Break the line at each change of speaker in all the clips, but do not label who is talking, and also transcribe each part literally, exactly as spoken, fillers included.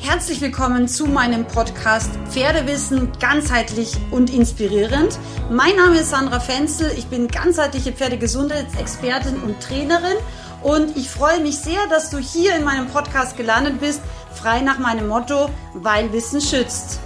Herzlich willkommen zu meinem Podcast Pferdewissen ganzheitlich und inspirierend. Mein Name ist Sandra Fenzel, ich bin ganzheitliche Pferdegesundheitsexpertin und Trainerin und ich freue mich sehr, dass du hier in meinem Podcast gelandet bist, frei nach meinem Motto, weil Wissen schützt.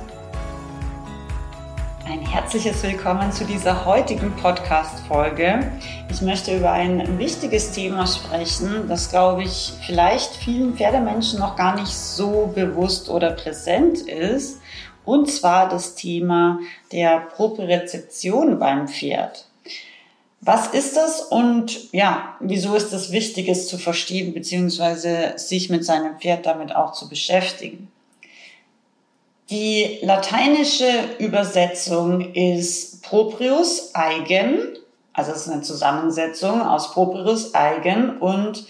Ein herzliches Willkommen zu dieser heutigen Podcast-Folge. Ich möchte über ein wichtiges Thema sprechen, das, glaube ich, vielleicht vielen Pferdemenschen noch gar nicht so bewusst oder präsent ist. Und zwar das Thema der Propriozeption beim Pferd. Was ist das und ja, wieso ist es wichtig, es zu verstehen bzw. sich mit seinem Pferd damit auch zu beschäftigen? Die lateinische Übersetzung ist proprius, eigen, also es ist eine Zusammensetzung aus proprius, eigen und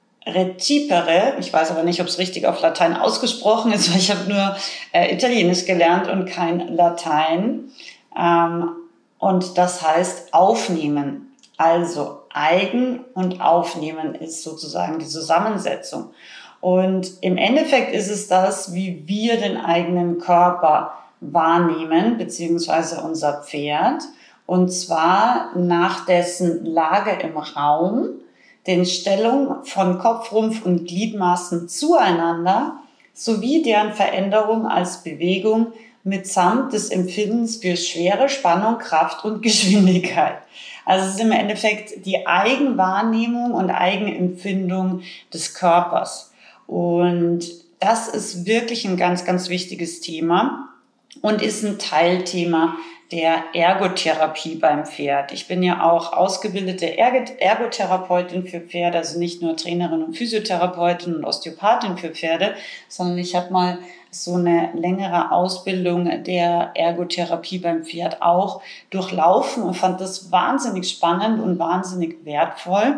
recipere. Ich weiß aber nicht, ob es richtig auf Latein ausgesprochen ist, weil ich habe nur äh, Italienisch gelernt und kein Latein. Ähm, und das heißt aufnehmen. Also eigen und aufnehmen ist sozusagen die Zusammensetzung. Und im Endeffekt ist es das, wie wir den eigenen Körper wahrnehmen, beziehungsweise unser Pferd. Und zwar nach dessen Lage im Raum, den Stellung von Kopf, Rumpf und Gliedmaßen zueinander, sowie deren Veränderung als Bewegung mitsamt des Empfindens für Schwere, Spannung, Kraft und Geschwindigkeit. Also es ist im Endeffekt die Eigenwahrnehmung und Eigenempfindung des Körpers. Und das ist wirklich ein ganz, ganz wichtiges Thema und ist ein Teilthema der Ergotherapie beim Pferd. Ich bin ja auch ausgebildete Ergotherapeutin für Pferde, also nicht nur Trainerin und Physiotherapeutin und Osteopathin für Pferde, sondern ich habe mal so eine längere Ausbildung der Ergotherapie beim Pferd auch durchlaufen und fand das wahnsinnig spannend und wahnsinnig wertvoll,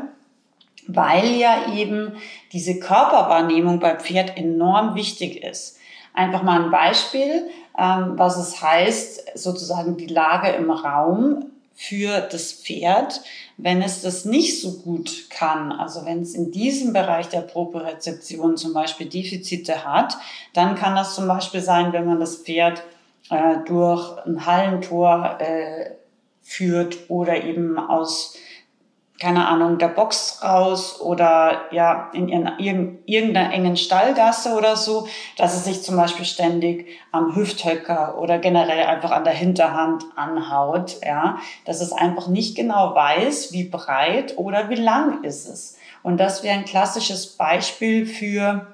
weil ja eben diese Körperwahrnehmung beim Pferd enorm wichtig ist. Einfach mal ein Beispiel, ähm, was es heißt, sozusagen die Lage im Raum für das Pferd, wenn es das nicht so gut kann, also wenn es in diesem Bereich der Propriozeption zum Beispiel Defizite hat, dann kann das zum Beispiel sein, wenn man das Pferd äh, durch ein Hallentor äh, führt oder eben aus keine Ahnung, der Box raus oder ja in irgendeiner engen Stallgasse oder so, dass es sich zum Beispiel ständig am Hüfthöcker oder generell einfach an der Hinterhand anhaut, ja, dass es einfach nicht genau weiß, wie breit oder wie lang ist es. Und das wäre ein klassisches Beispiel für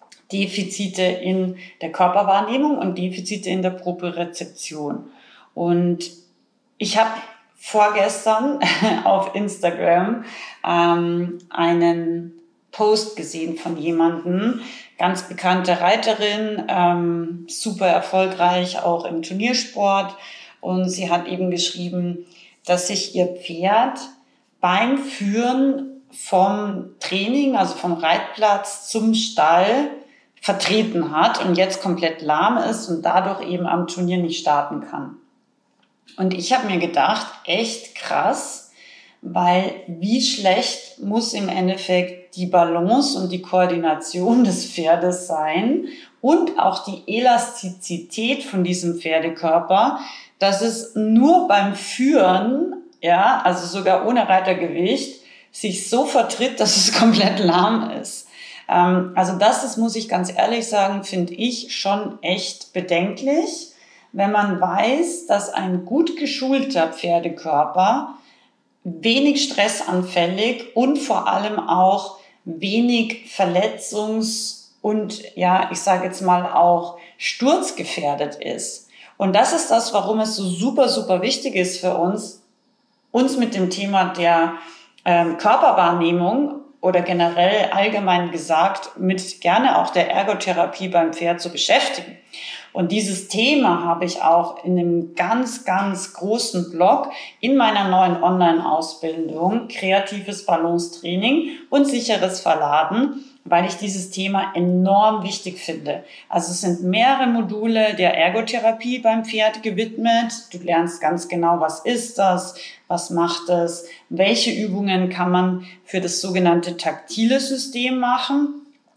Defizite in der Körperwahrnehmung und Defizite in der Propriozeption. Und ich habe vorgestern auf Instagram ähm, einen Post gesehen von jemandem, ganz bekannte Reiterin, ähm, super erfolgreich auch im Turniersport, und sie hat eben geschrieben, dass sich ihr Pferd beim Führen vom Training, also vom Reitplatz zum Stall vertreten hat und jetzt komplett lahm ist und dadurch eben am Turnier nicht starten kann. Und ich habe mir gedacht, echt krass, weil wie schlecht muss im Endeffekt die Balance und die Koordination des Pferdes sein und auch die Elastizität von diesem Pferdekörper, dass es nur beim Führen, ja, also sogar ohne Reitergewicht, sich so vertritt, dass es komplett lahm ist. Ähm, also das ist, muss ich ganz ehrlich sagen, finde ich schon echt bedenklich, wenn man weiß, dass ein gut geschulter Pferdekörper wenig stressanfällig und vor allem auch wenig verletzungs- und, ja, ich sage jetzt mal auch sturzgefährdet ist. Und das ist das, warum es so super, super wichtig ist für uns, uns mit dem Thema der ähm, Körperwahrnehmung oder generell allgemein gesagt mit gerne auch der Ergotherapie beim Pferd zu beschäftigen. Und dieses Thema habe ich auch in einem ganz, ganz großen Blog in meiner neuen Online-Ausbildung Kreatives Balancetraining und sicheres Verladen, weil ich dieses Thema enorm wichtig finde. Also es sind mehrere Module der Ergotherapie beim Pferd gewidmet. Du lernst ganz genau, was ist das, was macht es, welche Übungen kann man für das sogenannte taktile System machen.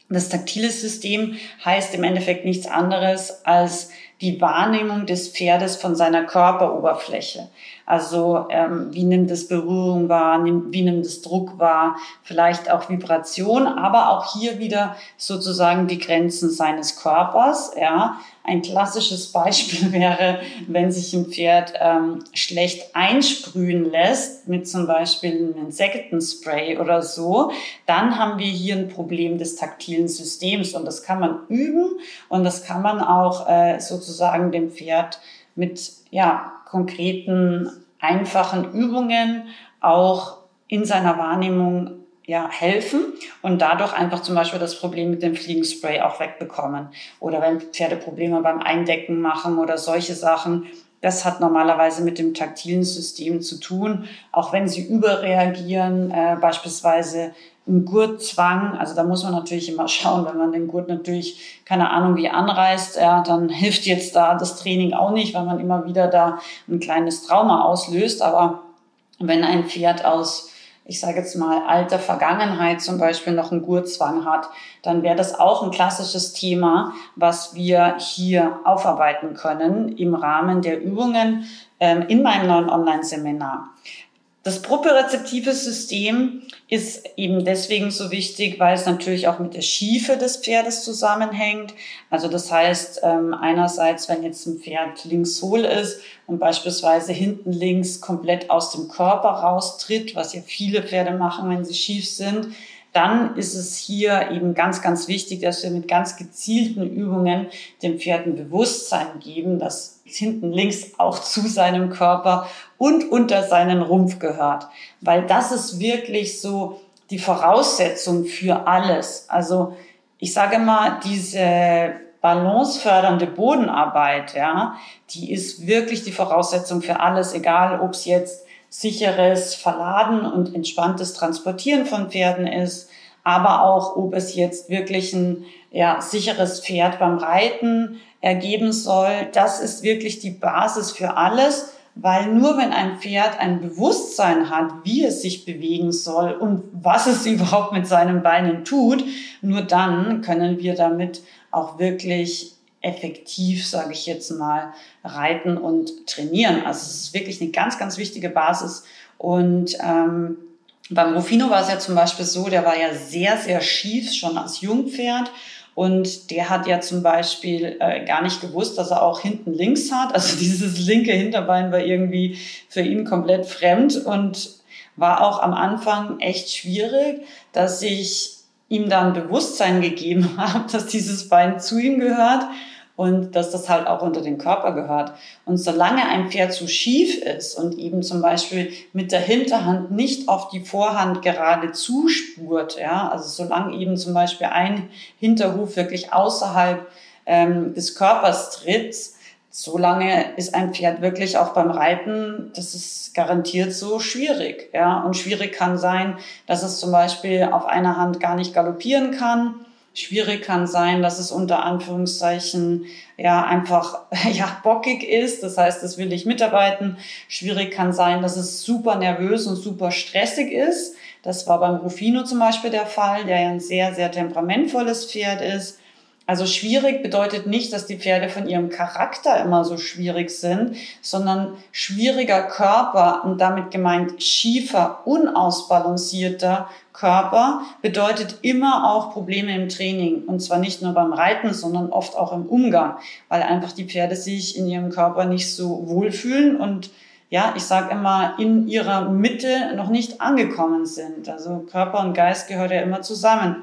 Das taktile System heißt im Endeffekt nichts anderes als die Wahrnehmung des Pferdes von seiner Körperoberfläche. Also ähm, wie nimmt es Berührung wahr, wie nimmt es Druck wahr, vielleicht auch Vibration, aber auch hier wieder sozusagen die Grenzen seines Körpers. Ja. Ein klassisches Beispiel wäre, wenn sich ein Pferd ähm, schlecht einsprühen lässt mit zum Beispiel einem Insektenspray oder so, dann haben wir hier ein Problem des taktilen Systems und das kann man üben und das kann man auch äh, sozusagen dem Pferd mit ja, konkreten, einfachen Übungen auch in seiner Wahrnehmung ja, helfen und dadurch einfach zum Beispiel das Problem mit dem Fliegenspray auch wegbekommen. Oder wenn Pferde Probleme beim Eindecken machen oder solche Sachen. Das hat normalerweise mit dem taktilen System zu tun, auch wenn sie überreagieren, äh, beispielsweise ein Gurtzwang. Also da muss man natürlich immer schauen, wenn man den Gurt natürlich, keine Ahnung, wie anreißt, ja, dann hilft jetzt da das Training auch nicht, weil man immer wieder da ein kleines Trauma auslöst. Aber wenn ein Pferd aus, ich sage jetzt mal, alter Vergangenheit zum Beispiel noch einen Gurtzwang hat, dann wäre das auch ein klassisches Thema, was wir hier aufarbeiten können im Rahmen der Übungen ähm, in meinem neuen Online-Seminar. Das propriozeptive System ist eben deswegen so wichtig, weil es natürlich auch mit der Schiefe des Pferdes zusammenhängt. Also das heißt, einerseits, wenn jetzt ein Pferd links hohl ist und beispielsweise hinten links komplett aus dem Körper raustritt, was ja viele Pferde machen, wenn sie schief sind, dann ist es hier eben ganz, ganz wichtig, dass wir mit ganz gezielten Übungen dem Pferd ein Bewusstsein geben, dass hinten links auch zu seinem Körper und unter seinen Rumpf gehört. Weil das ist wirklich so die Voraussetzung für alles. Also ich sage mal, diese balancefördernde Bodenarbeit, ja, die ist wirklich die Voraussetzung für alles, egal ob es jetzt sicheres Verladen und entspanntes Transportieren von Pferden ist, aber auch, ob es jetzt wirklich ein ja, sicheres Pferd beim Reiten ergeben soll. Das ist wirklich die Basis für alles, weil nur wenn ein Pferd ein Bewusstsein hat, wie es sich bewegen soll und was es überhaupt mit seinen Beinen tut, nur dann können wir damit auch wirklich effektiv, sage ich jetzt mal, reiten und trainieren. Also es ist wirklich eine ganz, ganz wichtige Basis. Und ähm, beim Rufino war es ja zum Beispiel so, der war ja sehr, sehr schief, schon als Jungpferd. Und der hat ja zum Beispiel äh, gar nicht gewusst, dass er auch hinten links hat. Also dieses linke Hinterbein war irgendwie für ihn komplett fremd und war auch am Anfang echt schwierig, dass ich ihm dann Bewusstsein gegeben habe, dass dieses Bein zu ihm gehört und dass das halt auch unter den Körper gehört. Und solange ein Pferd zu schief ist und eben zum Beispiel mit der Hinterhand nicht auf die Vorhand gerade zuspurt, ja, also solange eben zum Beispiel ein Hinterhuf wirklich außerhalb ähm, des Körpers tritt, solange ist ein Pferd wirklich auch beim Reiten, das ist garantiert so schwierig, ja. Und schwierig kann sein, dass es zum Beispiel auf einer Hand gar nicht galoppieren kann. Schwierig kann sein, dass es unter Anführungszeichen ja einfach ja bockig ist. Das heißt, das will ich mitarbeiten. Schwierig kann sein, dass es super nervös und super stressig ist. Das war beim Rufino zum Beispiel der Fall, der ja ein sehr, sehr temperamentvolles Pferd ist. Also schwierig bedeutet nicht, dass die Pferde von ihrem Charakter immer so schwierig sind, sondern schwieriger Körper und damit gemeint schiefer, unausbalancierter Körper bedeutet immer auch Probleme im Training. Und zwar nicht nur beim Reiten, sondern oft auch im Umgang, weil einfach die Pferde sich in ihrem Körper nicht so wohlfühlen und ja, ich sage immer, in ihrer Mitte noch nicht angekommen sind. Also Körper und Geist gehört ja immer zusammen.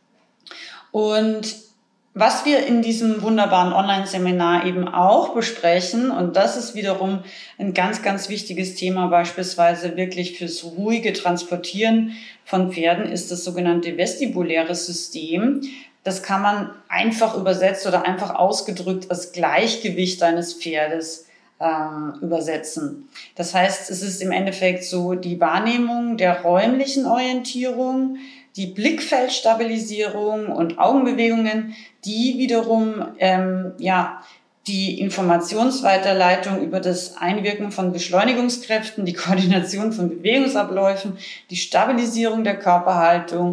Und was wir in diesem wunderbaren Online-Seminar eben auch besprechen, und das ist wiederum ein ganz, ganz wichtiges Thema, beispielsweise wirklich fürs ruhige Transportieren von Pferden, ist das sogenannte vestibuläre System. Das kann man einfach übersetzt oder einfach ausgedrückt als Gleichgewicht eines Pferdes ähm, übersetzen. Das heißt, es ist im Endeffekt so die Wahrnehmung der räumlichen Orientierung, die Blickfeldstabilisierung und Augenbewegungen, die wiederum ähm, ja die Informationsweiterleitung über das Einwirken von Beschleunigungskräften, die Koordination von Bewegungsabläufen, die Stabilisierung der Körperhaltung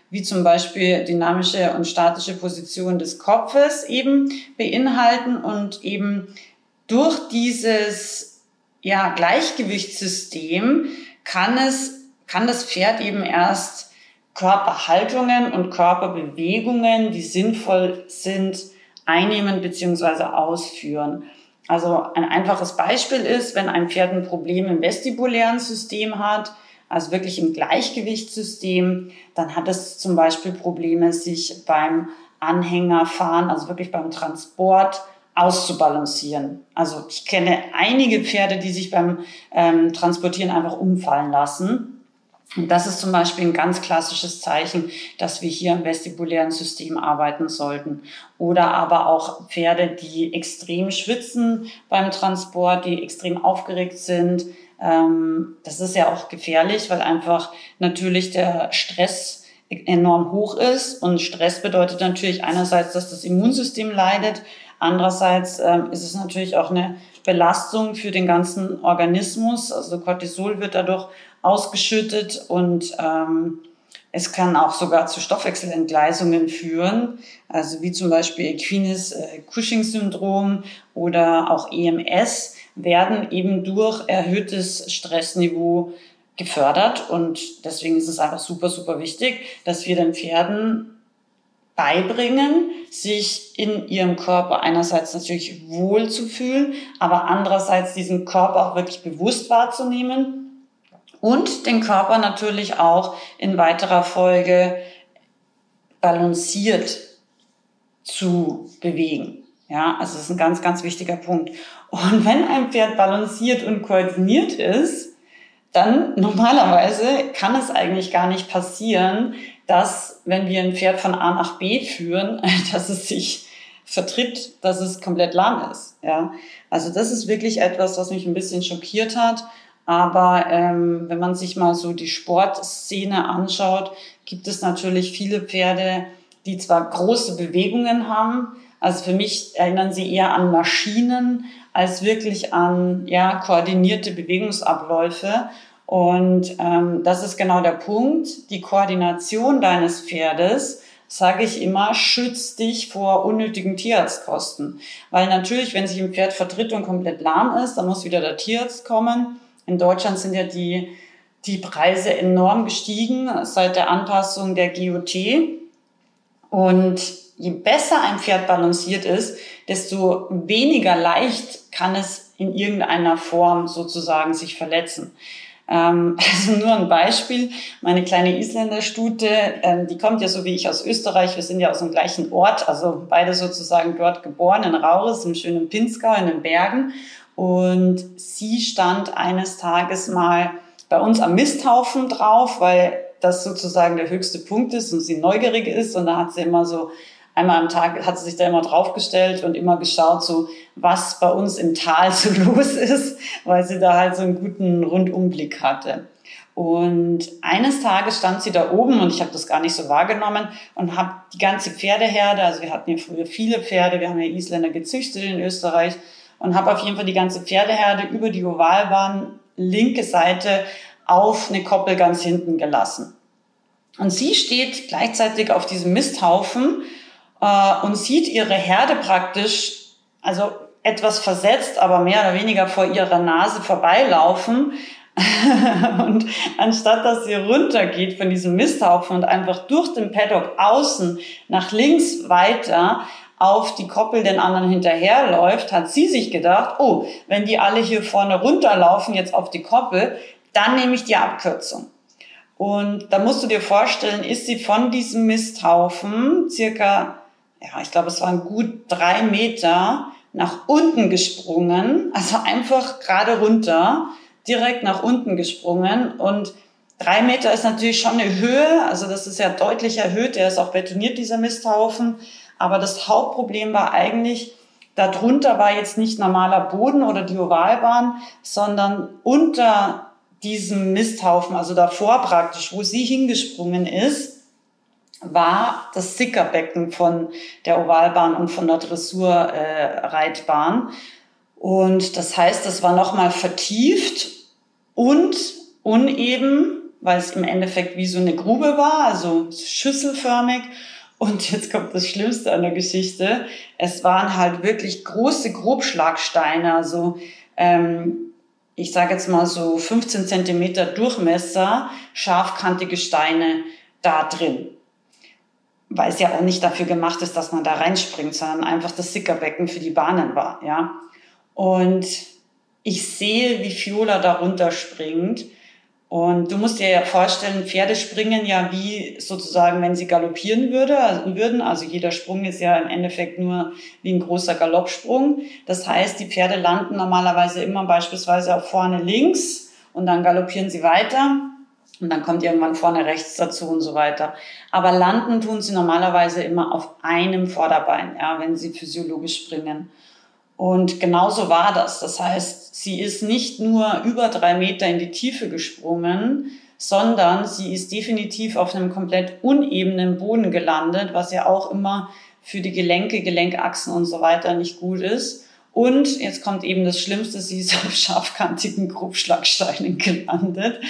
wie zum Beispiel dynamische und statische Position des Kopfes eben beinhalten und eben durch dieses ja, Gleichgewichtssystem kann es, kann das Pferd eben erst Körperhaltungen und Körperbewegungen, die sinnvoll sind, einnehmen bzw. ausführen. Also ein einfaches Beispiel ist, wenn ein Pferd ein Problem im vestibulären System hat, also wirklich im Gleichgewichtssystem, dann hat es zum Beispiel Probleme, sich beim Anhängerfahren, also wirklich beim Transport, auszubalancieren. Also ich kenne einige Pferde, die sich beim ähm, Transportieren einfach umfallen lassen. Und das ist zum Beispiel ein ganz klassisches Zeichen, dass wir hier im vestibulären System arbeiten sollten. Oder aber auch Pferde, die extrem schwitzen beim Transport, die extrem aufgeregt sind. Ähm, das ist ja auch gefährlich, weil einfach natürlich der Stress enorm hoch ist. Und Stress bedeutet natürlich einerseits, dass das Immunsystem leidet. Andererseits ähm, ist es natürlich auch eine Belastung für den ganzen Organismus. Also Cortisol wird dadurch ausgeschüttet und ähm, es kann auch sogar zu Stoffwechselentgleisungen führen, also wie zum Beispiel equines äh, Cushing-Syndrom oder auch E M S werden eben durch erhöhtes Stressniveau gefördert und deswegen ist es einfach super, super wichtig, dass wir den Pferden beibringen, sich in ihrem Körper einerseits natürlich wohl zu fühlen, aber andererseits diesen Körper auch wirklich bewusst wahrzunehmen und den Körper natürlich auch in weiterer Folge balanciert zu bewegen. Ja, also das ist ein ganz, ganz wichtiger Punkt. Und wenn ein Pferd balanciert und koordiniert ist, dann normalerweise kann es eigentlich gar nicht passieren, dass, wenn wir ein Pferd von A nach B führen, dass es sich vertritt, dass es komplett lahm ist. Ja, also das ist wirklich etwas, was mich ein bisschen schockiert hat. Aber ähm, wenn man sich mal so die Sportszene anschaut, gibt es natürlich viele Pferde, die zwar große Bewegungen haben. Also für mich erinnern sie eher an Maschinen als wirklich an ja koordinierte Bewegungsabläufe. Und ähm, das ist genau der Punkt. Die Koordination deines Pferdes, sage ich immer, schützt dich vor unnötigen Tierarztkosten. Weil natürlich, wenn sich ein Pferd vertritt und komplett lahm ist, dann muss wieder der Tierarzt kommen. In Deutschland sind ja die, die Preise enorm gestiegen seit der Anpassung der G O T. Und je besser ein Pferd balanciert ist, desto weniger leicht kann es in irgendeiner Form sozusagen sich verletzen. Ähm, also nur ein Beispiel, meine kleine Isländerstute, ähm, die kommt ja so wie ich aus Österreich, wir sind ja aus dem gleichen Ort, also beide sozusagen dort geboren, in Rauris, im schönen Pinzgau, in den Bergen. Und sie stand eines Tages mal bei uns am Misthaufen drauf, weil das sozusagen der höchste Punkt ist und sie neugierig ist. Und da hat sie immer so, einmal am Tag hat sie sich da immer draufgestellt und immer geschaut, so was bei uns im Tal so los ist, weil sie da halt so einen guten Rundumblick hatte. Und eines Tages stand sie da oben und ich habe das gar nicht so wahrgenommen und habe die ganze Pferdeherde, also wir hatten ja früher viele Pferde, wir haben ja Isländer gezüchtet in Österreich, und habe auf jeden Fall die ganze Pferdeherde über die Ovalbahn, linke Seite, auf eine Koppel ganz hinten gelassen. Und sie steht gleichzeitig auf diesem Misthaufen äh, und sieht ihre Herde praktisch, also etwas versetzt, aber mehr oder weniger vor ihrer Nase vorbeilaufen. Und anstatt dass sie runtergeht von diesem Misthaufen und einfach durch den Paddock außen nach links weiter auf die Koppel den anderen hinterherläuft, hat sie sich gedacht, oh, wenn die alle hier vorne runterlaufen, jetzt auf die Koppel, dann nehme ich die Abkürzung. Und da musst du dir vorstellen, ist sie von diesem Misthaufen circa, ja, ich glaube, es waren gut drei Meter nach unten gesprungen, also einfach gerade runter, direkt nach unten gesprungen. Und drei Meter ist natürlich schon eine Höhe, also das ist ja deutlich erhöht, der ist auch betoniert, dieser Misthaufen. Aber das Hauptproblem war eigentlich, darunter war jetzt nicht normaler Boden oder die Ovalbahn, sondern unter diesem Misthaufen, also davor praktisch, wo sie hingesprungen ist, war das Sickerbecken von der Ovalbahn und von der Dressurreitbahn. Und das heißt, das war nochmal vertieft und uneben weil es im Endeffekt wie so eine Grube war, also schüsselförmig. Und jetzt kommt das Schlimmste an der Geschichte. Es waren halt wirklich große Grobschlagsteine, also ähm, ich sage jetzt mal so fünfzehn Zentimeter Durchmesser, scharfkantige Steine da drin. Weil es ja auch nicht dafür gemacht ist, dass man da reinspringt, sondern einfach das Sickerbecken für die Bahnen war. Ja. Und ich sehe, wie Fiola da runterspringt. Und du musst dir ja vorstellen, Pferde springen ja wie sozusagen, wenn sie galoppieren würde, also würden. Also jeder Sprung ist ja im Endeffekt nur wie ein großer Galoppsprung. Das heißt, die Pferde landen normalerweise immer beispielsweise auch vorne links und dann galoppieren sie weiter und dann kommt irgendwann vorne rechts dazu und so weiter. Aber landen tun sie normalerweise immer auf einem Vorderbein, ja, wenn sie physiologisch springen. Und genauso war das. Das heißt, sie ist nicht nur über drei Meter in die Tiefe gesprungen, sondern sie ist definitiv auf einem komplett unebenen Boden gelandet, was ja auch immer für die Gelenke, Gelenkachsen und so weiter nicht gut ist. Und jetzt kommt eben das Schlimmste, sie ist auf scharfkantigen Grobschlagsteinen gelandet.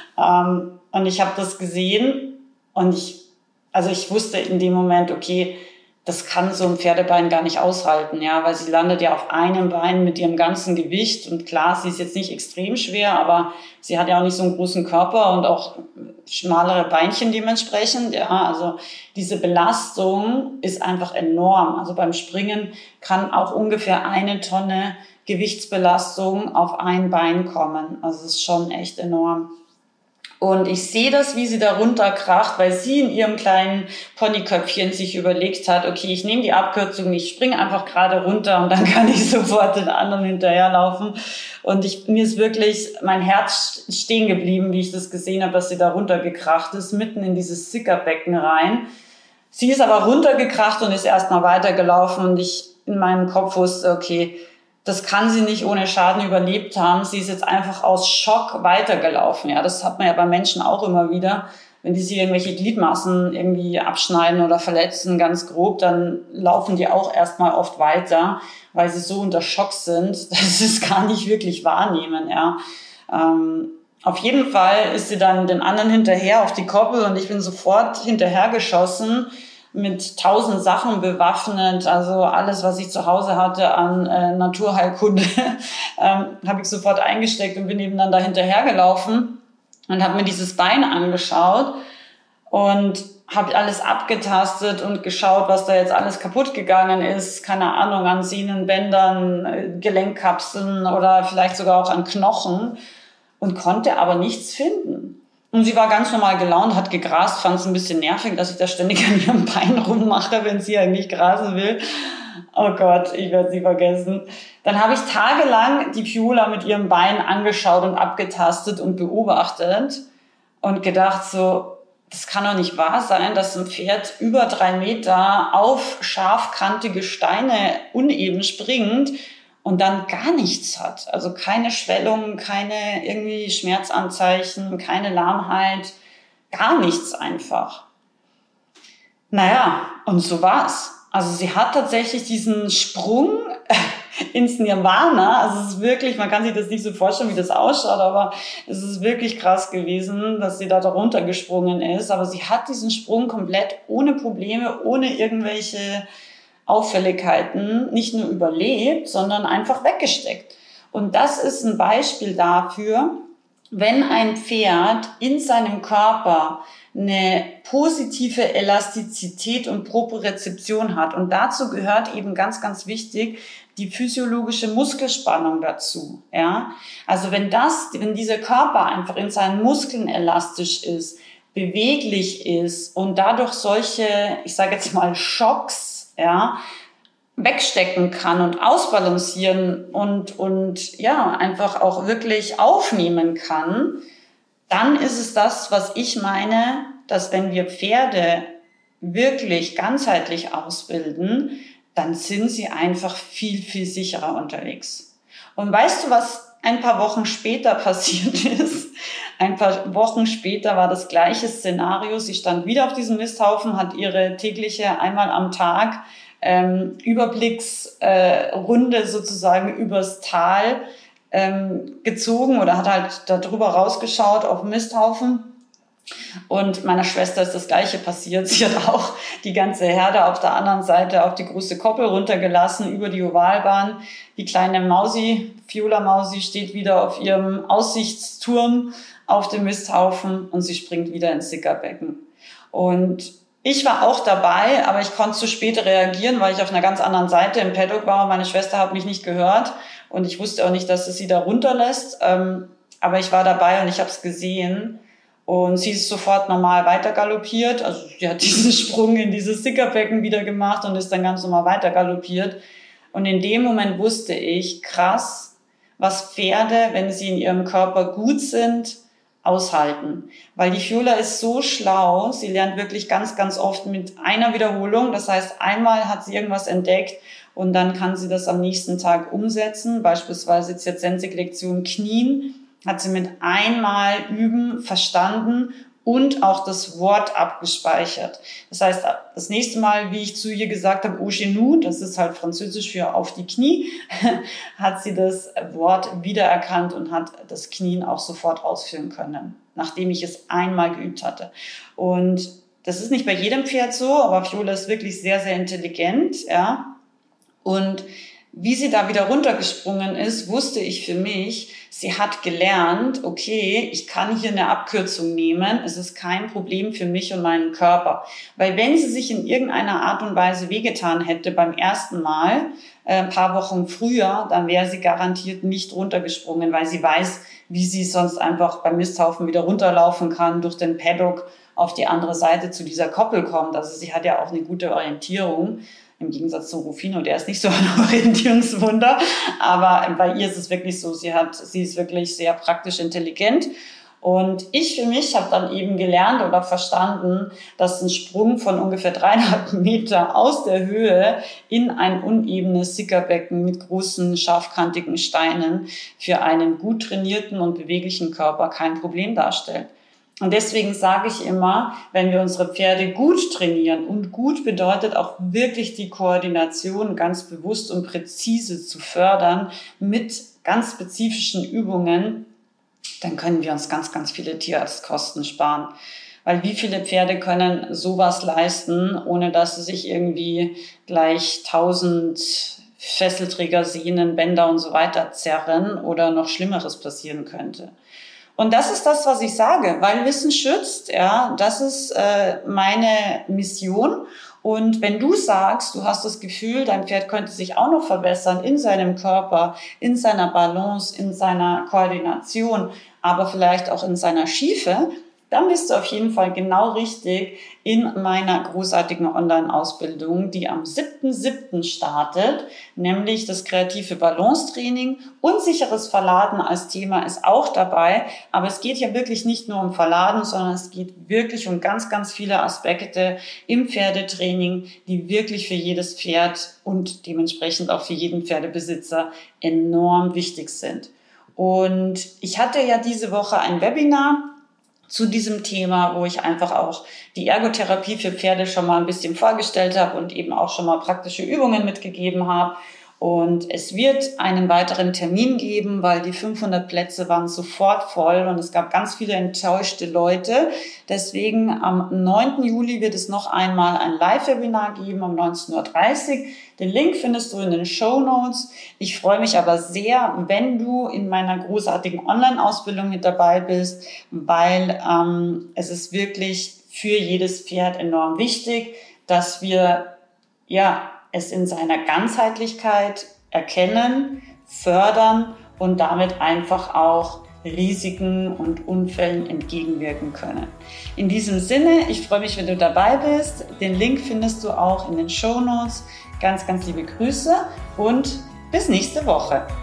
Ähm, und ich habe das gesehen und ich, also ich wusste in dem Moment, okay, das kann so ein Pferdebein gar nicht aushalten, ja, weil sie landet ja auf einem Bein mit ihrem ganzen Gewicht und klar, sie ist jetzt nicht extrem schwer, aber sie hat ja auch nicht so einen großen Körper und auch schmalere Beinchen dementsprechend, ja, also diese Belastung ist einfach enorm. Also beim Springen kann auch ungefähr eine Tonne Gewichtsbelastung auf ein Bein kommen, also es ist schon echt enorm. Und ich sehe das, wie sie da runterkracht, weil sie in ihrem kleinen Ponyköpfchen sich überlegt hat, okay, ich nehme die Abkürzung, ich springe einfach gerade runter und dann kann ich sofort den anderen hinterherlaufen. Und ich, mir ist wirklich mein Herz stehen geblieben, wie ich das gesehen habe, dass sie da runtergekracht ist, mitten in dieses Sickerbecken rein. Sie ist aber runtergekracht und ist erstmal weitergelaufen und ich in meinem Kopf wusste, okay, das kann sie nicht ohne Schaden überlebt haben. Sie ist jetzt einfach aus Schock weitergelaufen. Ja, das hat man ja bei Menschen auch immer wieder. Wenn die sich irgendwelche Gliedmaßen irgendwie abschneiden oder verletzen, ganz grob, dann laufen die auch erstmal oft weiter, weil sie so unter Schock sind, dass sie es gar nicht wirklich wahrnehmen. Ja, ähm, auf jeden Fall ist sie dann den anderen hinterher auf die Koppel und ich bin sofort hinterhergeschossen, mit tausend Sachen bewaffnet, also alles, was ich zu Hause hatte an äh, Naturheilkunde, ähm, habe ich sofort eingesteckt und bin eben dann da hinterhergelaufen und habe mir dieses Bein angeschaut und habe alles abgetastet und geschaut, was da jetzt alles kaputt gegangen ist, keine Ahnung, an Sehnenbändern, äh, Gelenkkapseln oder vielleicht sogar auch an Knochen und konnte aber nichts finden. Und sie war ganz normal gelaunt, hat gegrast, fand es ein bisschen nervig, dass ich da ständig an ihrem Bein rummache, wenn sie eigentlich grasen will. Oh Gott, ich werde sie vergessen. Dann habe ich tagelang die Fiola mit ihrem Bein angeschaut und abgetastet und beobachtet und gedacht so, das kann doch nicht wahr sein, dass ein Pferd über drei Meter auf scharfkantige Steine uneben springt und dann gar nichts hat. Also keine Schwellung, keine irgendwie Schmerzanzeichen, keine Lahmheit, gar nichts einfach. Naja, und so war's. Also sie hat tatsächlich diesen Sprung ins Nirvana, also es ist wirklich, man kann sich das nicht so vorstellen, wie das ausschaut, aber es ist wirklich krass gewesen, dass sie da runter gesprungen ist. Aber sie hat diesen Sprung komplett ohne Probleme, ohne irgendwelche Auffälligkeiten nicht nur überlebt, sondern einfach weggesteckt. Und das ist ein Beispiel dafür, wenn ein Pferd in seinem Körper eine positive Elastizität und Propriozeption hat. Und dazu gehört eben ganz, ganz wichtig die physiologische Muskelspannung dazu. Ja? Also wenn das, wenn dieser Körper einfach in seinen Muskeln elastisch ist, beweglich ist und dadurch solche, ich sage jetzt mal Schocks, ja, wegstecken kann und ausbalancieren und, und ja, einfach auch wirklich aufnehmen kann, dann ist es das, was ich meine, dass wenn wir Pferde wirklich ganzheitlich ausbilden, dann sind sie einfach viel, viel sicherer unterwegs. Und weißt du, was ein paar Wochen später passiert ist? Ein paar Wochen später war das gleiche Szenario. Sie stand wieder auf diesem Misthaufen, hat ihre tägliche einmal am Tag ähm, Überblicksrunde äh, sozusagen übers Tal ähm, gezogen oder hat halt da drüber rausgeschaut auf den Misthaufen. Und meiner Schwester ist das Gleiche passiert. Sie hat auch die ganze Herde auf der anderen Seite auf die große Koppel runtergelassen, über die Ovalbahn. Die kleine Mausi, Viola Mausi, steht wieder auf ihrem Aussichtsturm auf dem Misthaufen und sie springt wieder ins Sickerbecken. Und ich war auch dabei, aber ich konnte zu spät reagieren, weil ich auf einer ganz anderen Seite im Paddock war und meine Schwester hat mich nicht gehört. Und ich wusste auch nicht, dass es sie da runterlässt. Aber ich war dabei und ich habe es gesehen. Und sie ist sofort normal weiter galoppiert. Also sie hat diesen Sprung in dieses Sickerbecken wieder gemacht und ist dann ganz normal weiter galoppiert. Und in dem Moment wusste ich, krass, was Pferde, wenn sie in ihrem Körper gut sind, aushalten. Weil die Viola ist so schlau, sie lernt wirklich ganz, ganz oft mit einer Wiederholung. Das heißt, einmal hat sie irgendwas entdeckt und dann kann sie das am nächsten Tag umsetzen. Beispielsweise jetzt jetzt Sensik-Lektion Knien. Hat sie mit einmal üben verstanden und auch das Wort abgespeichert. Das heißt, das nächste Mal, wie ich zu ihr gesagt habe, au genou, das ist halt französisch für auf die Knie, hat sie das Wort wiedererkannt und hat das Knien auch sofort ausführen können, nachdem ich es einmal geübt hatte. Und das ist nicht bei jedem Pferd so, aber Viola ist wirklich sehr, sehr intelligent, ja. Und wie sie da wieder runtergesprungen ist, wusste ich für mich, sie hat gelernt, okay, ich kann hier eine Abkürzung nehmen, es ist kein Problem für mich und meinen Körper. Weil wenn sie sich in irgendeiner Art und Weise wehgetan hätte beim ersten Mal, äh, ein paar Wochen früher, dann wäre sie garantiert nicht runtergesprungen, weil sie weiß, wie sie sonst einfach beim Misthaufen wieder runterlaufen kann, durch den Paddock auf die andere Seite zu dieser Koppel kommt. Also sie hat ja auch eine gute Orientierung. Im Gegensatz zu Rufino, der ist nicht so ein Orientierungswunder, aber bei ihr ist es wirklich so, sie hat, sie ist wirklich sehr praktisch intelligent. Und ich für mich habe dann eben gelernt oder verstanden, dass ein Sprung von ungefähr dreieinhalb Meter aus der Höhe in ein unebenes Sickerbecken mit großen, scharfkantigen Steinen für einen gut trainierten und beweglichen Körper kein Problem darstellt. Und deswegen sage ich immer, wenn wir unsere Pferde gut trainieren, und gut bedeutet auch wirklich die Koordination ganz bewusst und präzise zu fördern mit ganz spezifischen Übungen, dann können wir uns ganz, ganz viele Tierarztkosten sparen. Weil wie viele Pferde können sowas leisten, ohne dass sie sich irgendwie gleich tausend Fesselträger, Sehnen, Bänder und so weiter zerren oder noch Schlimmeres passieren könnte. Und das ist das, was ich sage, weil Wissen schützt, ja, das ist äh, meine Mission. Und wenn du sagst, du hast das Gefühl, dein Pferd könnte sich auch noch verbessern in seinem Körper, in seiner Balance, in seiner Koordination, aber vielleicht auch in seiner Schiefe, dann bist du auf jeden Fall genau richtig in meiner großartigen Online-Ausbildung, die am siebten siebten startet, nämlich das kreative Balancetraining. Unsicheres Verladen als Thema ist auch dabei, aber es geht ja wirklich nicht nur um Verladen, sondern es geht wirklich um ganz, ganz viele Aspekte im Pferdetraining, die wirklich für jedes Pferd und dementsprechend auch für jeden Pferdebesitzer enorm wichtig sind. Und ich hatte ja diese Woche ein Webinar zu diesem Thema, wo ich einfach auch die Ergotherapie für Pferde schon mal ein bisschen vorgestellt habe und eben auch schon mal praktische Übungen mitgegeben habe. Und es wird einen weiteren Termin geben, weil die fünfhundert Plätze waren sofort voll und es gab ganz viele enttäuschte Leute. Deswegen am neunten Juli wird es noch einmal ein Live-Webinar geben um neunzehn Uhr dreißig. Den Link findest du in den Shownotes. Ich freue mich aber sehr, wenn du in meiner großartigen Online-Ausbildung mit dabei bist, weil ähm, es ist wirklich für jedes Pferd enorm wichtig, dass wir ja es in seiner Ganzheitlichkeit erkennen, fördern und damit einfach auch Risiken und Unfällen entgegenwirken können. In diesem Sinne, ich freue mich, wenn du dabei bist. Den Link findest du auch in den Shownotes. Ganz, ganz liebe Grüße und bis nächste Woche.